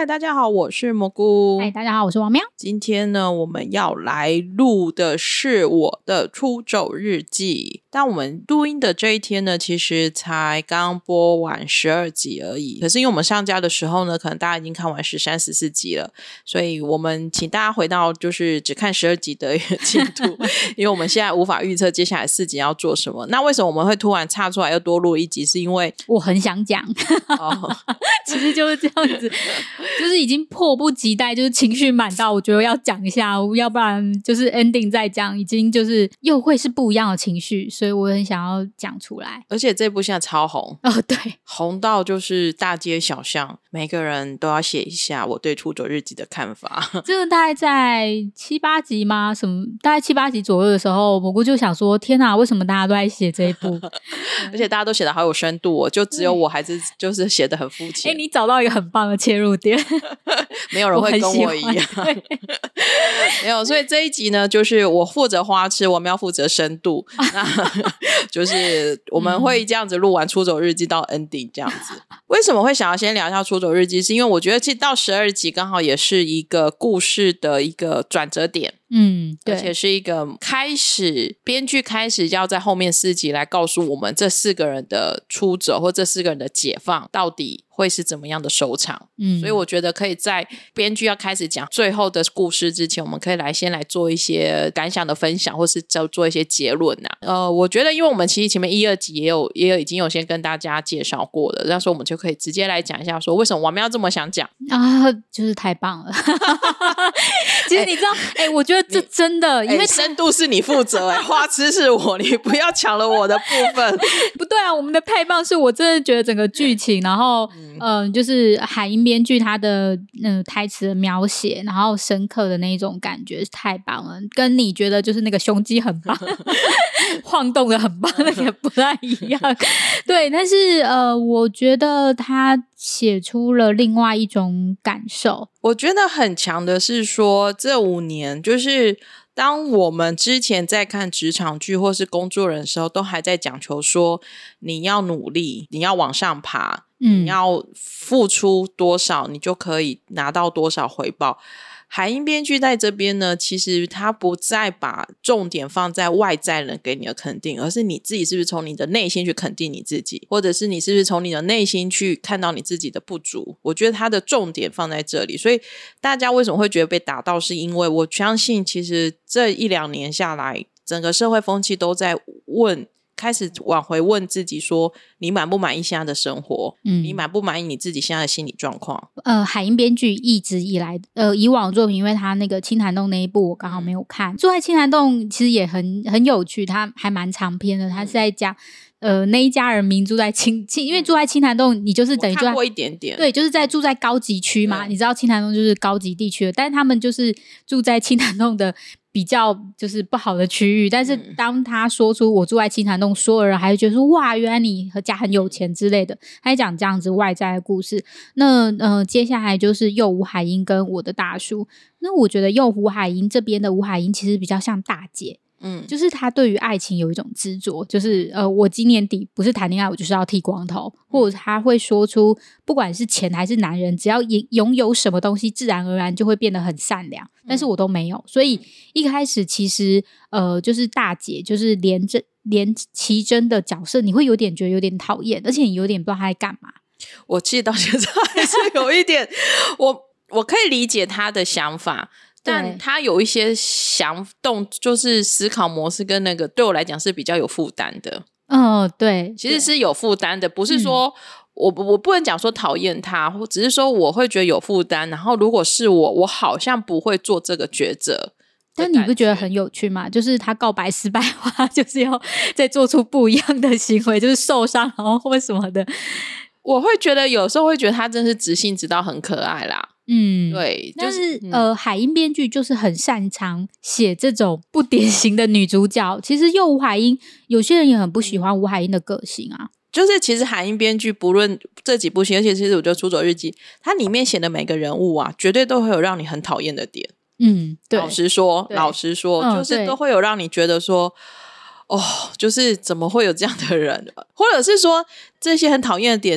嗨，大家好，我是蘑菇。 嗨，大家好，我是王喵。 今天呢，我们要来录的是我的出走日记。但我们录音的这一天呢，其实才刚播完12集而已。可是因为我们上架的时候呢，可能大家已经看完13、14集了，所以我们请大家回到就是只看12集的一个进度，因为我们现在无法预测接下来4集要做什么。那为什么我们会突然岔出来又多录一集？是因为我很想讲，其实就是这样子。就是已经迫不及待，就是情绪满到我觉得要讲一下，要不然就是 ending 再讲，已经就是又会是不一样的情绪，所以我很想要讲出来。 而且这部现在超红对， 红到就是大街小巷每个人都要写一下我对出走日记的看法。 这个大概在7、8集吗？大概7、8集左右的时候，蘑菇就想说天哪，为什么大家都在写这一部？ 而且大家都写得好有深度就只有我还是就是写得很肤浅。 你找到一个很棒的切入点。 没有人会跟我一样。没有，所以这一集呢，就是我负责花痴，我们要负责深度。那就是我们会这样子录完出走日记到 ending 这样子。为什么会想要先聊一下出走日记？是因为我觉得其实到12集刚好也是一个故事的一个转折点。对，而且是一个开始，编剧开始要在后面4集来告诉我们这4个人的出走或这4个人的解放到底会是怎么样的收场。所以我觉得可以在编剧要开始讲最后的故事之前，我们可以先来做一些感想的分享，或是做一些结论我觉得因为我们其实前面1、2集也已经有先跟大家介绍过了，那时候我们就可以直接来讲一下说为什么我们要这么想讲就是太棒了。其实你知道我觉得这真的因为深度是你负责花痴是我，你不要抢了我的部分。 不对啊，我们的太棒是我真的觉得整个剧情，然后就是海英编剧他的台词的描写，然后深刻的那种感觉是太棒了，跟你觉得就是那个胸肌很棒晃动的很棒那个不太一样。对，但是我觉得他写出了另外一种感受。 我觉得很强的是说这5年就是当我们之前在看职场剧或是工作人的时候，都还在讲求说你要努力，你要往上爬，你要付出多少你就可以拿到多少回报。海英编剧在这边呢，其实他不再把重点放在外在人给你的肯定，而是你自己是不是从你的内心去肯定你自己，或者是你是不是从你的内心去看到你自己的不足。我觉得他的重点放在这里，所以大家为什么会觉得被打到，是因为我相信其实这1、2年下来，整个社会风气都在开始往回问自己说你满不满意现在的生活，你满不满意你自己现在的心理状况。 海英编剧一直以来以往的作品，因为他那个青潭洞那一部我刚好没有看，住在青潭洞其实也很有趣，他还蛮长篇的，他是在讲那一家人民住在因为住在青潭洞你就是等于住在，我看过一点点， 对，就是住在高级区嘛，你知道青潭洞就是高级地区的，但是他们就是住在青潭洞的比较就是不好的区域，但是当他说出我住在青潭洞，所有人还会觉得说哇原来你家很有钱之类的，他在讲这样子外在的故事。那接下来就是右吴海英跟我的大叔，那我觉得右吴海英这边的吴海英其实比较像大姐，就是他对于爱情有一种执着，就是我今年底不是谈恋爱我就是要剃光头，或者他会说出不管是钱还是男人，只要拥有什么东西自然而然就会变得很善良，但是我都没有，所以一开始其实就是大姐就是连奇珍的角色你会觉得有点讨厌，而且你有点不知道他在干嘛。 我其实到现在还是有一点我可以理解他的想法，但他有一些就是思考模式跟那个对我来讲是比较有负担的。 对， 其实是有负担的，不是说我不能讲说讨厌他，只是说我会觉得有负担，然后如果是我好像不会做这个抉择。 但你不觉得很有趣吗？就是他告白失败的话就是要再做出不一样的行为，就是受伤然后或什么的。 我会觉得有时候会觉得他真是直性直到很可爱啦。对， 但是海英编剧就是很擅长写这种不典型的女主角。其实右吴海英有些人也很不喜欢吴海英的个性啊， 就是其实海英编剧不论这几部戏，而且其实我觉得出走日记它里面写的每个人物啊，绝对都会有让你很讨厌的点。 对， 老实说就是都会有让你觉得说就是怎么会有这样的人，或者是说这些很讨厌的点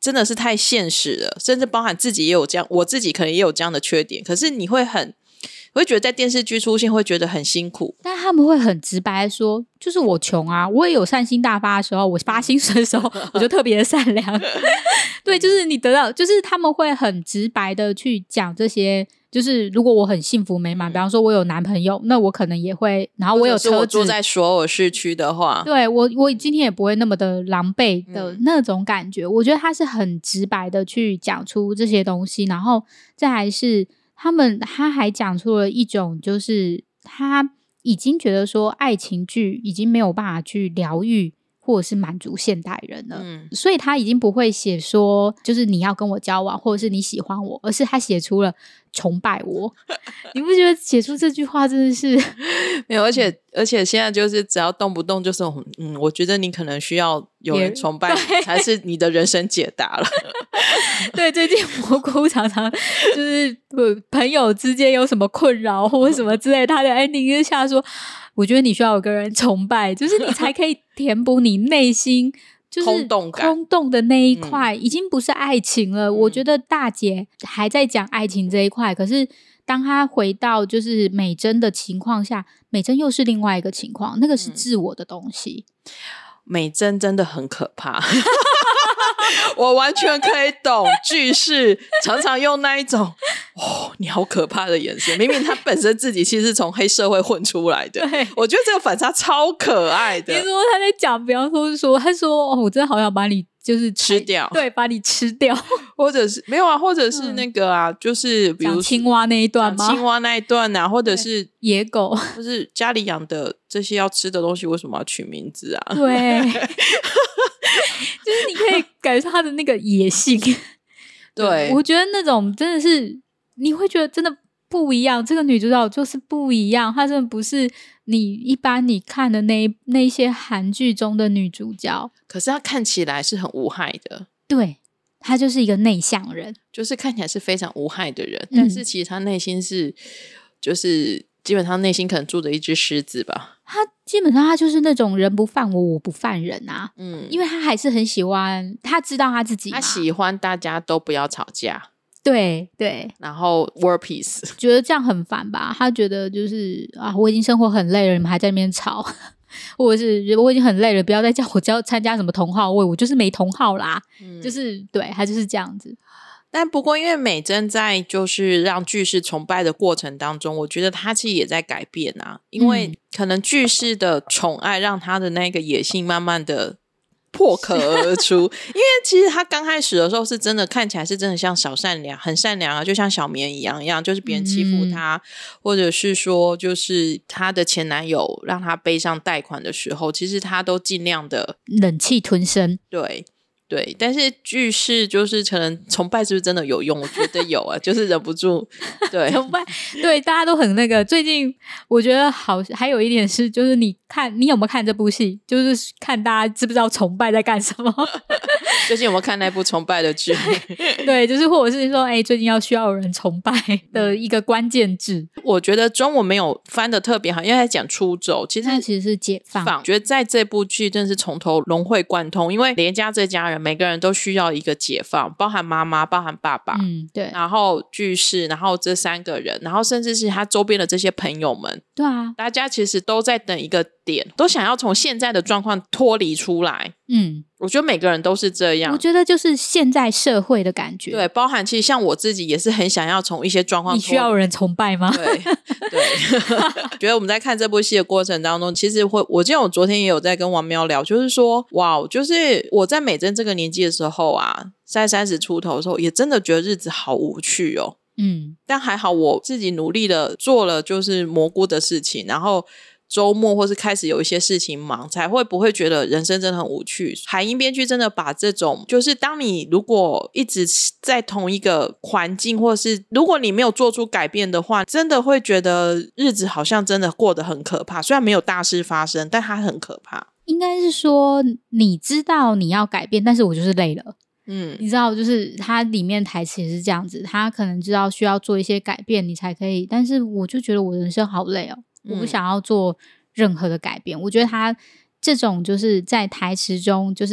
真的是太现实了，甚至包含自己也有这样，我自己可能也有这样的缺点，可是你会我会觉得在电视剧出现会觉得很辛苦， 但他们会很直白的说，就是我穷啊，我也有善心大发的时候，我发薪水的时候我就特别的善良对，就是你得到，就是他们会很直白的去讲这些，就是如果我很幸福美满，比方说我有男朋友，那我可能也会，然后我有车子， 我住在所有市区的话， 对，我今天也不会那么的狼狈的那种感觉，我觉得他是很直白的去讲出这些东西，然后再来是他还讲出了一种，就是他已经觉得说爱情剧已经没有办法去疗愈或者是满足现代人了，所以他已经不会写说就是你要跟我交往或者是你喜欢我，而是他写出了崇拜我你不觉得写出这句话真的是没有，而且现在就是只要动不动就是我觉得你可能需要有人崇拜才是你的人生解答了对，最近蘑菇常常就是朋友之间有什么困扰或者什么之类，他的 ending 就下说我觉得你需要有个人崇拜，就是你才可以填补你内心就是空洞的那一块，已经不是爱情了。我觉得大姐还在讲爱情这一块，可是当她回到就是美珍的情况下，美珍又是另外一个情况，那个是自我的东西。 美珍真的很可怕我完全可以懂句式常常用那一种你好可怕的眼神，明明他本身自己其实是从黑社会混出来的，我觉得这个反差超可爱的。 你说他在讲，比方说他说我真的好想把你就是吃掉， 对，把你吃掉或者是没有啊，或者是那个啊就是比如讲青蛙那一段吗？ 青蛙那一段啊，或者是野狗， 就是家里养的这些要吃的东西为什么要取名字啊？ 对就是你可以感受他的那个野性对， 我觉得那种真的是你会觉得真的不一样，这个女主角就是不一样，她真的不是你一般你看的那些韩剧中的女主角， 可是她看起来是很无害的， 对，她就是一个内向人， 就是看起来是非常无害的人，但是其实她内心是就是基本上内心可能住着一只狮子吧， 她基本上她就是那种人不犯我我不犯人啊，因为她还是很喜欢，她知道她自己嘛， 她喜欢大家都不要吵架， 对对，然后 world peace， 觉得这样很烦吧，他觉得就是我已经生活很累了，你们还在那边吵或者是我已经很累了，不要再叫我参加什么同好会，我就是没同好啦，就是对，他就是这样子。 但不过因为美珍在就是让巨士崇拜的过程当中，我觉得他其实也在改变啊，因为可能巨士的宠爱让他的那个野性慢慢的破壳而出因为其实他刚开始的时候是真的看起来是真的像小善良，很善良啊，就像小绵一样，就是别人欺负他，或者是说就是他的前男友让他背上贷款的时候，其实他都尽量的忍气吞声， 对，但是句式就是可能崇拜是不是真的有用？我觉得有啊，就是忍不住对崇拜，对，大家都很那个。最近我觉得好，还有一点是，就是你有没有看这部戏？就是看大家知不知道崇拜在干什么？ 最近有没有看那部崇拜的剧？ 对，就是或者是说，最近需要有人崇拜的一个关键字。 我觉得中文没有翻得特别好，因为在讲出走，其实是解放。 我觉得在这部剧真的是从头融会贯通，因为连家这家人每个人都需要一个解放，包含妈妈，包含爸爸， 对， 然后巨士，然后这三个人，然后甚至是他周边的这些朋友们， 对啊， 大家其实都在等一个点，都想要从现在的状况脱离出来。我觉得每个人都是这样， 我觉得就是现在社会的感觉， 对，包含其实像我自己也是很想要从一些状况脱离。 你需要有人崇拜吗？ 对觉得我们在看这部戏的过程当中，其实我记得我昨天也有在跟王喵聊，就是说哇，就是我在美珍这个年纪的时候啊，在30出头的时候也真的觉得日子好无趣哦。但还好我自己努力的做了就是蘑菇的事情，然后周末或是开始有一些事情忙，才不会觉得人生真的很无趣。海鹰编剧真的把这种就是当你如果一直在同一个环境，或是如果你没有做出改变的话，真的会觉得日子好像真的过得很可怕。虽然没有大事发生，但它很可怕。 应该是说你知道你要改变，但是我就是累了。你知道就是它里面台词也是这样子，他可能知道需要做一些改变你才可以，但是我就觉得我人生好累哦，我不想要做任何的改变。我觉得他这种就是在台词中就是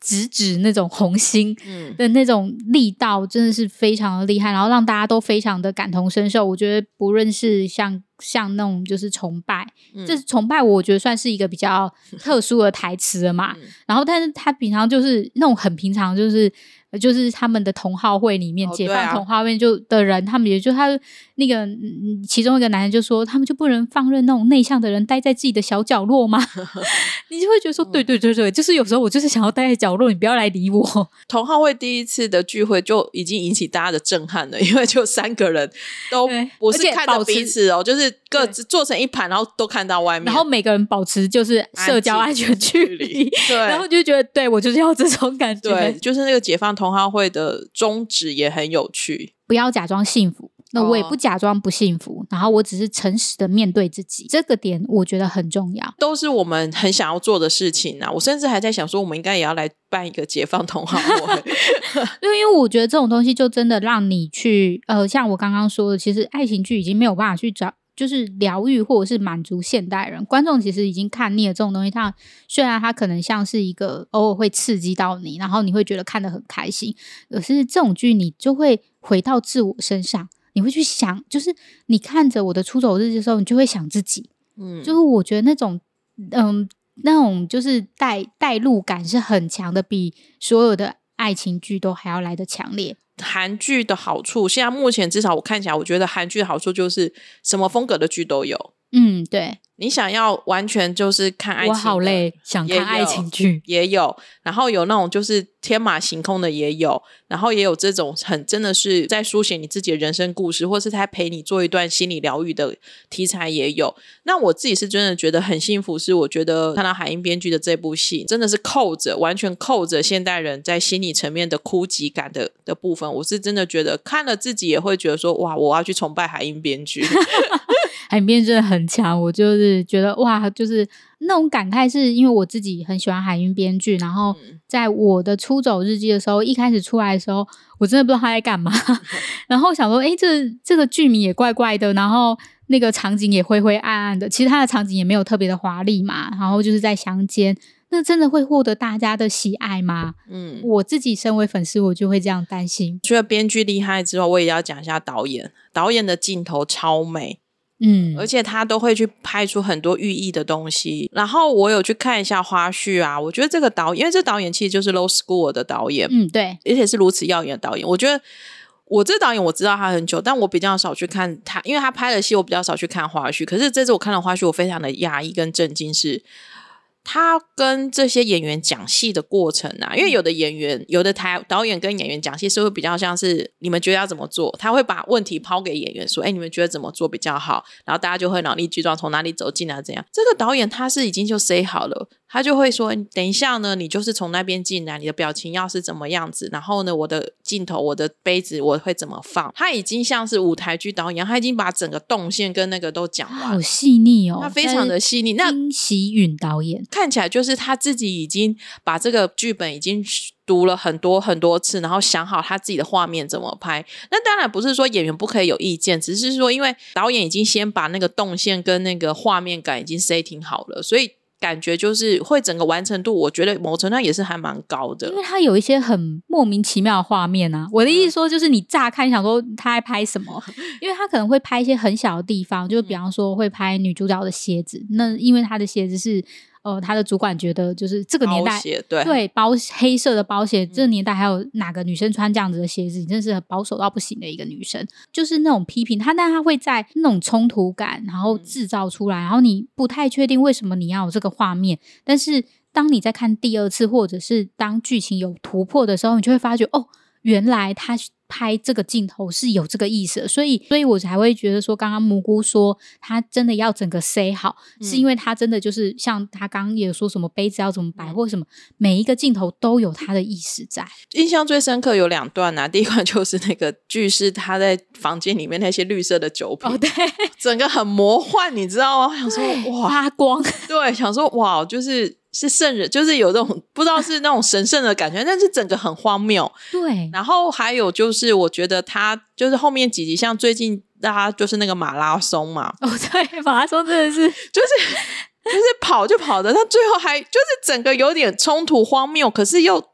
直指那种红心的那种力道真的是非常的厉害，然后让大家都非常的感同身受。我觉得不论是像那种就是崇拜，这崇拜我觉得算是一个比较特殊的台词了嘛然后但是他平常就是那种很平常，就是他们的同好会里面解放同好会的人他们也就他那个其中一个男人就说他们就不能放任那种内向的人待在自己的小角落吗你就会觉得说对对对对，就是有时候我就是想要待在角落，你不要来理我。 同好会第一次的聚会就已经引起大家的震撼了，因为就3个人都不是看着彼此就是各自坐成一排，然后都看到外面， 然后每个人保持就是社交安全距离对，然后就觉得对我就是要这种感觉。 对，就是那个解放同好会的宗旨也很有趣， 不要假装幸福，那我也不假装不幸福然后我只是诚实的面对自己，这个点我觉得很重要， 都是我们很想要做的事情啊。我甚至还在想说我们应该也要来办一个解放同好会因为我觉得这种东西就真的让你去像我刚刚说的，其实爱情剧已经没有办法去找就是疗愈或者是满足现代人，观众其实已经看腻了这种东西。它虽然它可能像是一个偶尔会刺激到你，然后你会觉得看得很开心，可是这种剧你就会回到自我身上，你会去想，就是你看着我的出走日记的时候，你就会想自己就是我觉得那种就是带入感是很强的，比所有的爱情剧都还要来得强烈。 韩剧的好处，现在目前至少我看起来，我觉得韩剧的好处就是什么风格的剧都有。 对， 你想要完全就是看爱情的， 我好累，想看爱情剧也有，然后有那种就是天马行空的也有，然后也有这种很真的是在书写你自己的人生故事，或是在陪你做一段心理疗愈的题材也有。那我自己是真的觉得很幸福，是我觉得看到海英编剧的这部戏真的是完全扣着现代人在心理层面的枯寂感的部分，我是真的觉得看了自己也会觉得说哇，我要去崇拜海英编剧海英编剧真的很强，我就是觉得哇，就是那种感慨，是因为我自己很喜欢海英编剧，然后在我的出走日记的时候，一开始出来的时候我真的不知道他在干嘛然后想说这个剧名也怪怪的，然后那个场景也灰灰暗暗的，其实他的场景也没有特别的华丽嘛，然后就是在乡间，那真的会获得大家的喜爱吗？我自己身为粉丝我就会这样担心。 除了编剧厉害之外，我也要讲一下导演的镜头超美，而且他都会去拍出很多寓意的东西。然后我有去看一下花絮啊，我觉得这个导演，因为这导演其实就是 Low School 的导演， 对， 而且是如此耀眼的导演。我觉得我这导演我知道他很久，但我比较少去看他，因为他拍的戏我比较少去看花絮。可是这次我看了花絮，我非常的讶异跟震惊，是他跟这些演员讲戏的过程啊，因为有的演员有的导演跟演员讲戏是会比较像是你们觉得要怎么做，他会把问题抛给演员说你们觉得怎么做比较好，然后大家就会脑力激荡从哪里走进来怎样。这个导演他是已经就 say 好了，他就会说等一下呢，你就是从那边进来，你的表情要是怎么样子，然后呢我的镜头我的杯子我会怎么放。他已经像是舞台剧导演，他已经把整个动线跟那个都讲完， 好细腻哦， 他非常的细腻。那金喜允导演看起来就是他自己已经把这个剧本已经读了很多很多次，然后想好他自己的画面怎么拍。那当然不是说演员不可以有意见，只是说因为导演已经先把那个动线跟那个画面感已经 setting 好了，所以感觉就是会整个完成度我觉得某程度上也是还蛮高的， 因为他有一些很莫名其妙的画面啊。我的意思说就是你乍看想说他在拍什么因为他可能会拍一些很小的地方，就比方说会拍女主角的鞋子，那因为他的鞋子是他的主管觉得就是这个年代对黑色的包鞋，这个年代还有哪个女生穿这样子的鞋子，你真是保守到不行的一个女生，就是那种批评他，但他会在那种冲突感然后制造出来，然后你不太确定为什么你要有这个画面，但是当你在看第二次或者是当剧情有突破的时候，你就会发觉原来他拍这个镜头是有这个意思的，所以我才会觉得说刚刚蘑菇说他真的要整个塞好，是因为他真的就是像他刚刚也说什么杯子要怎么摆或什么，每一个镜头都有他的意思在。 印象最深刻有2段啊，第一段就是那个剧是他在房间里面那些绿色的酒瓶对， 整个很魔幻你知道吗，想说哇发光对，想说哇是圣人，就是有这种不知道是那种神圣的感觉，但是整个很荒谬。 对， 然后还有就是我觉得他就是后面几集像最近大家就是那个马拉松嘛对，马拉松真的是就是跑就跑的，他最后还就是整个有点冲突荒谬，可是又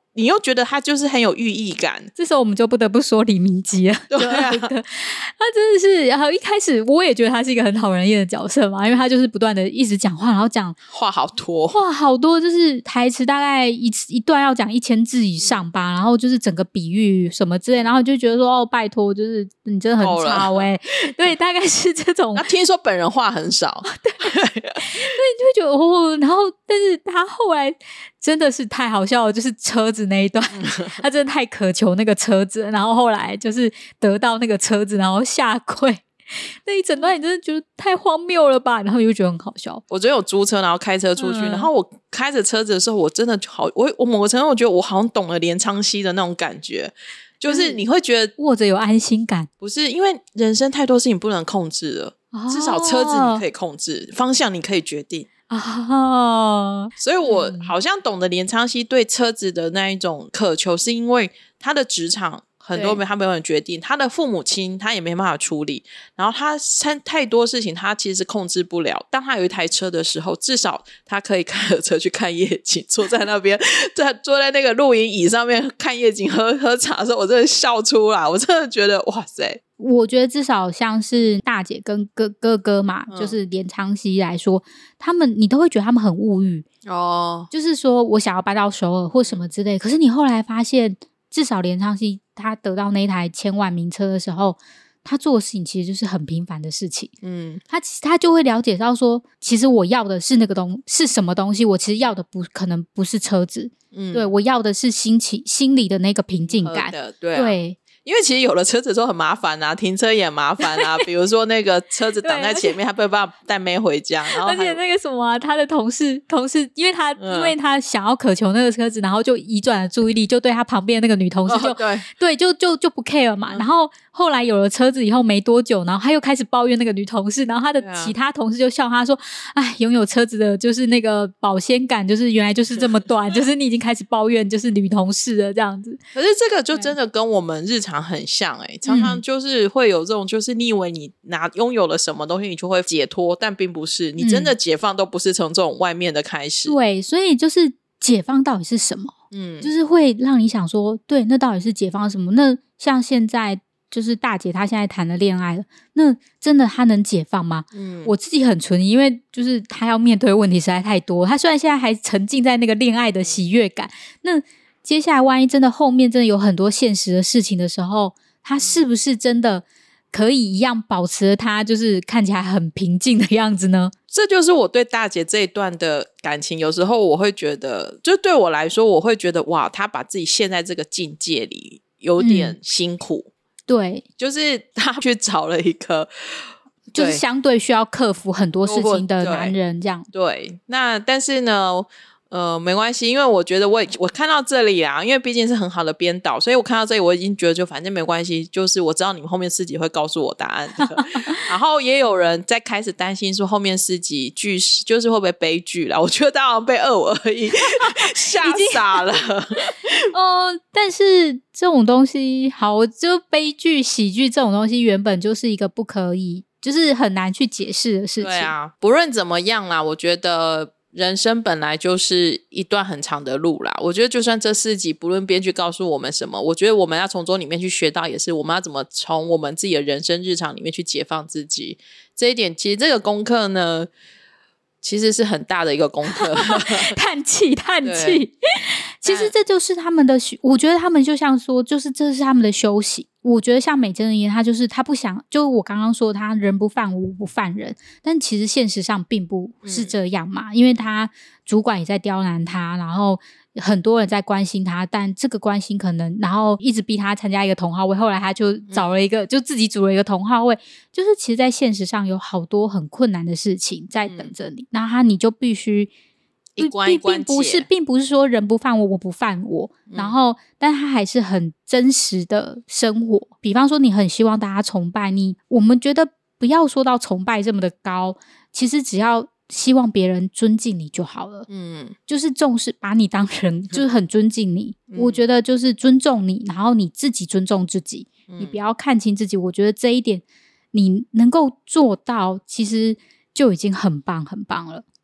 你又觉得他就是很有寓意感。 这时候我们就不得不说李明基了。 对啊， 他真的是，然后一开始我也觉得他是一个很讨人厌的角色嘛，因为他就是不断的一直讲话，然后讲话好多， 就是台词大概一段要讲1000字以上吧，然后就是整个比喻什么之类，然后就觉得说哦，拜托，就是你真的很吵对，大概是这种。 那听说本人话很少， 对，你就会觉得哦，然后但是他后来真的是太好笑了，就是车子那一段他真的太渴求那个车子，然后后来就是得到那个车子然后下跪，那一整段你真的觉得太荒谬了吧，然后你就觉得很好笑。 我昨天有租车然后开车出去，然后我开着车子的时候我真的我某个程度我觉得我好像懂了连昌熙的那种感觉，就是你会觉得握着有安心感。不是因为人生太多事情不能控制了，至少车子你可以控制，方向你可以决定所以我好像懂得连昌熙对车子的那一种渴求，是因为他的职场很多他没有人决定，他的父母亲他也没办法处理，然后他太多事情他其实控制不了。当他有一台车的时候，至少他可以开着车去看夜景，坐在那边坐在那个露营椅上面看夜景喝茶的时候，我真的笑出来，我真的觉得哇塞。 我觉得至少像是大姐跟哥哥嘛，就是连昌熙来说，他们你都会觉得他们很物欲就是说我想要搬到首尔或什么之类，可是你后来发现至少连昌熙他得到那台1000万名车的时候，他做的事情其实就是很平凡的事情。他就会了解到说，其实我要的是那个是什么东西，我其实要的可能不是车子，对，我要的是心里的那个平静感。对， 因为其实有了车子之后很麻烦啊，停车也很麻烦啊比如说那个车子挡在前面他没有办法带妹回家，然后而且那个什么他的同事因为他想要渴求那个车子，然后就移转了注意力，就对他旁边的那个女同事就不 care 嘛然后后来有了车子以后没多久，然后他又开始抱怨那个女同事，然后他的其他同事就笑他说哎，拥有车子的就是那个保鲜感就是原来就是这么短就是你已经开始抱怨就是女同事了这样子。 可是这个就真的跟我们日常很像常常就是会有这种就是你以为你拥有了什么东西你就会解脱，但并不是，你真的解放都不是从这种外面的开始。 对，所以就是解放到底是什么就是会让你想说对，那到底是解放什么？那像现在就是大姐她现在谈了恋爱了，那真的她能解放吗？我自己很存疑，因为就是她要面对问题实在太多，她虽然现在还沉浸在那个恋爱的喜悦感，那接下来万一真的后面真的有很多现实的事情的时候，她是不是真的可以一样保持她就是看起来很平静的样子呢？ 这就是我对大姐这一段的感情，有时候我会觉得就对我来说我会觉得哇，她把自己陷在这个境界里有点辛苦对， 就是他去找了一个就是相对需要克服很多事情的男人这样。 对，那但是呢没关系，因为我觉得我看到这里啊，因为毕竟是很好的编导，所以我看到这里我已经觉得就反正没关系，就是我知道你们后面4集会告诉我答案的然后也有人在开始担心说后面4集剧就是会不会悲剧啦，我觉得当然被251吓傻了但是这种东西好，就悲剧喜剧这种东西原本就是一个不可以就是很难去解释的事情。 对啊，不论怎么样啦，我觉得人生本来就是一段很长的路啦，我觉得就算这4集不论编剧告诉我们什么，我觉得我们要从中里面去学到也是我们要怎么从我们自己的人生日常里面去解放自己，这一点其实这个功课呢其实是很大的一个功课叹气其实这就是他们的我觉得他们就像说就是这是他们的修行。我觉得像美珍而言，他就是他不想，就我刚刚说他人不犯我不犯人，但其实现实上并不是这样嘛因为他主管也在刁难他，然后很多人在关心他，但这个关心可能然后一直逼他参加一个同好会，后来他就找了一个就自己组了一个同好会，就是其实在现实上有好多很困难的事情在等着你，那你就必须一关一关解， 并不是说人不犯我我不犯我然后但他还是很真实的生活。比方说你很希望大家崇拜你，我们觉得不要说到崇拜这么的高，其实只要希望别人尊敬你就好了就是重视把你当人就是很尊敬你我觉得就是尊重你，然后你自己尊重自己你不要看清自己，我觉得这一点你能够做到其实就已经很棒很棒了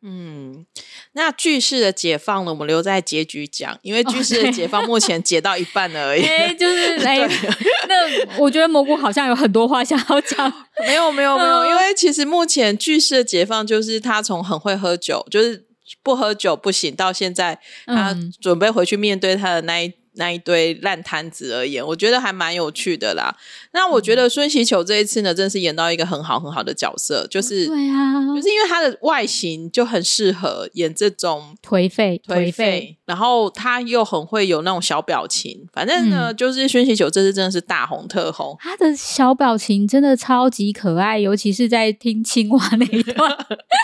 那句式的解放呢，我们留在结局讲，因为句式的解放目前解到一半了而已。 就是那我觉得蘑菇好像有很多话想要讲。 没有，因为其实目前句式的解放就是他从很会喝酒，就是不喝酒不行，到现在他准备回去面对他的那一堆烂摊子而言，我觉得还蛮有趣的啦。那我觉得孙喜球这一次呢，真是演到一个很好的角色，就是对啊， 就是因为他的外形就很适合演这种颓废， 然后他又很会有那种小表情。反正呢，就是孙喜球这次真的是大红特红， 他的小表情真的超级可爱，尤其是在听青蛙那一段。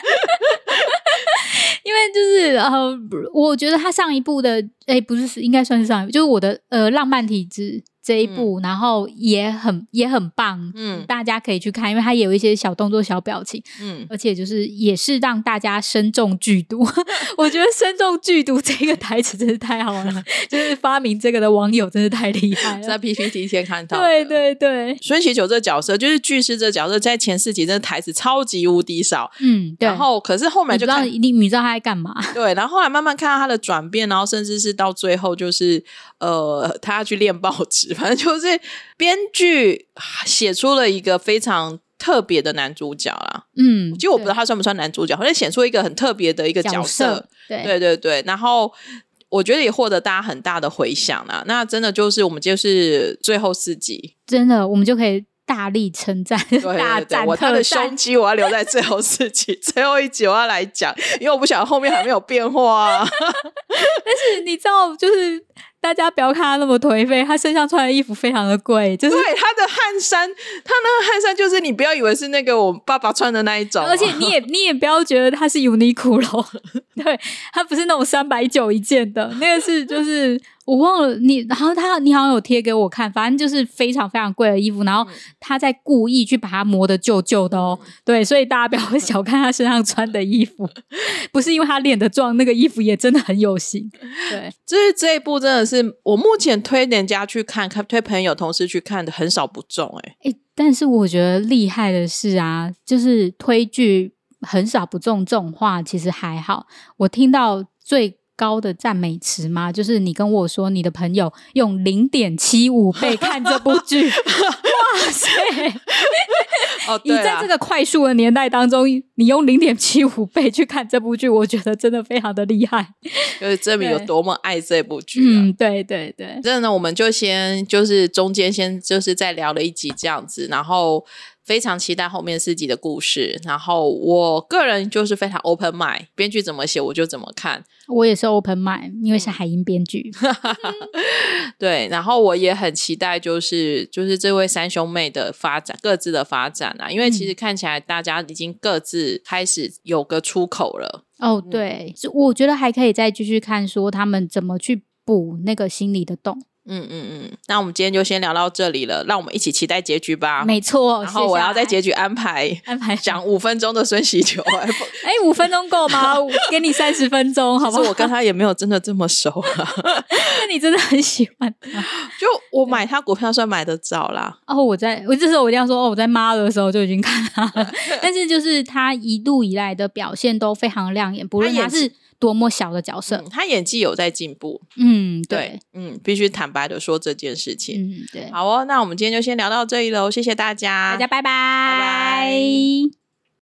因为就是我觉得他上一部的不是应该算是上一部，就是我的浪漫体质这一部，然后也很棒，大家可以去看，因为他也有一些小动作小表情，而且就是也是让大家身中剧毒。我觉得身中剧毒这个台词真是太好了，就是发明这个的网友真是太厉害了， 在 PPT 先看到的。 对， 孙喜球这角色就是巨狮这角色，在前4集真的台词超级无敌少， 对， 然后可是后面就你知道他在干嘛， 对，然后后来慢慢看到他的转变，然后甚至是到最后就是他要去练报纸，反正就是编剧写出了一个非常特别的男主角啦。其实我不知道他算不算男主角，好像写出一个很特别的一个角色。对，然后我觉得也获得大家很大的回响啦。那真的就是我们就是最后4集， 真的我们就可以大力称赞，大赞特赞。 他的胸肌我要留在最后4集，最后1集我要来讲，因为我不晓得后面还没有变化啊。 但是你知道，就是大家不要看他那么颓废，他身上穿的衣服非常的贵，就是对他的汗衫，他那个汗衫就是你不要以为是那个我爸爸穿的那一种， 而且你也不要觉得他是 Uniqlo， 对，他不是那种390一件的，那个是就是我忘了然后你好像有贴给我看，反正就是非常非常贵的衣服，然后他在故意去把它磨得旧旧的哦，对，所以大家不要小看他身上穿的衣服，不是因为他练得壮，那个衣服也真的很有型。对， 就是这一部真的是我目前推人家去看，推朋友同事去看的很少不中但是我觉得厉害的是啊，就是推剧很少不中这种话其实还好，我听到最高的赞美词吗？就是你跟我说你的朋友用 0.75 倍看这部剧。哇塞你在这个快速的年代当中，你用 0.75 倍去看这部剧，我觉得真的非常的厉害， 就是证明有多么爱这部剧对，真的呢，我们就先就是中间先就是再聊了1集这样子，然后非常期待后面4集的故事，然后我个人就是非常 open mind， 编剧怎么写我就怎么看， 我也是 open mind， 因为是海鹰编剧对，然后我也很期待就是这位3兄妹的发展，各自的发展啊，因为其实看起来大家已经各自开始有个出口了对，我觉得还可以再继续看说他们怎么去补那个心理的洞。 那我们今天就先聊到这里了，让我们一起期待结局吧。 没错， 然后我要在结局安排讲5分钟的孙喜球。 5分钟够吗？给你30分钟好不好？ 其实我跟他也没有真的这么熟啊。 那你真的很喜欢他？ 就我买他股票算买得早啦。 我这时候我一定要说我在妈的时候就已经看他了。但是就是他一路以来的表现都非常亮眼，不论他是多么小的角色， 他演技有在进步。对，必须坦白的说这件事情。 对， 好那我们今天就先聊到这里喽，谢谢大家， 大家拜拜， 拜拜。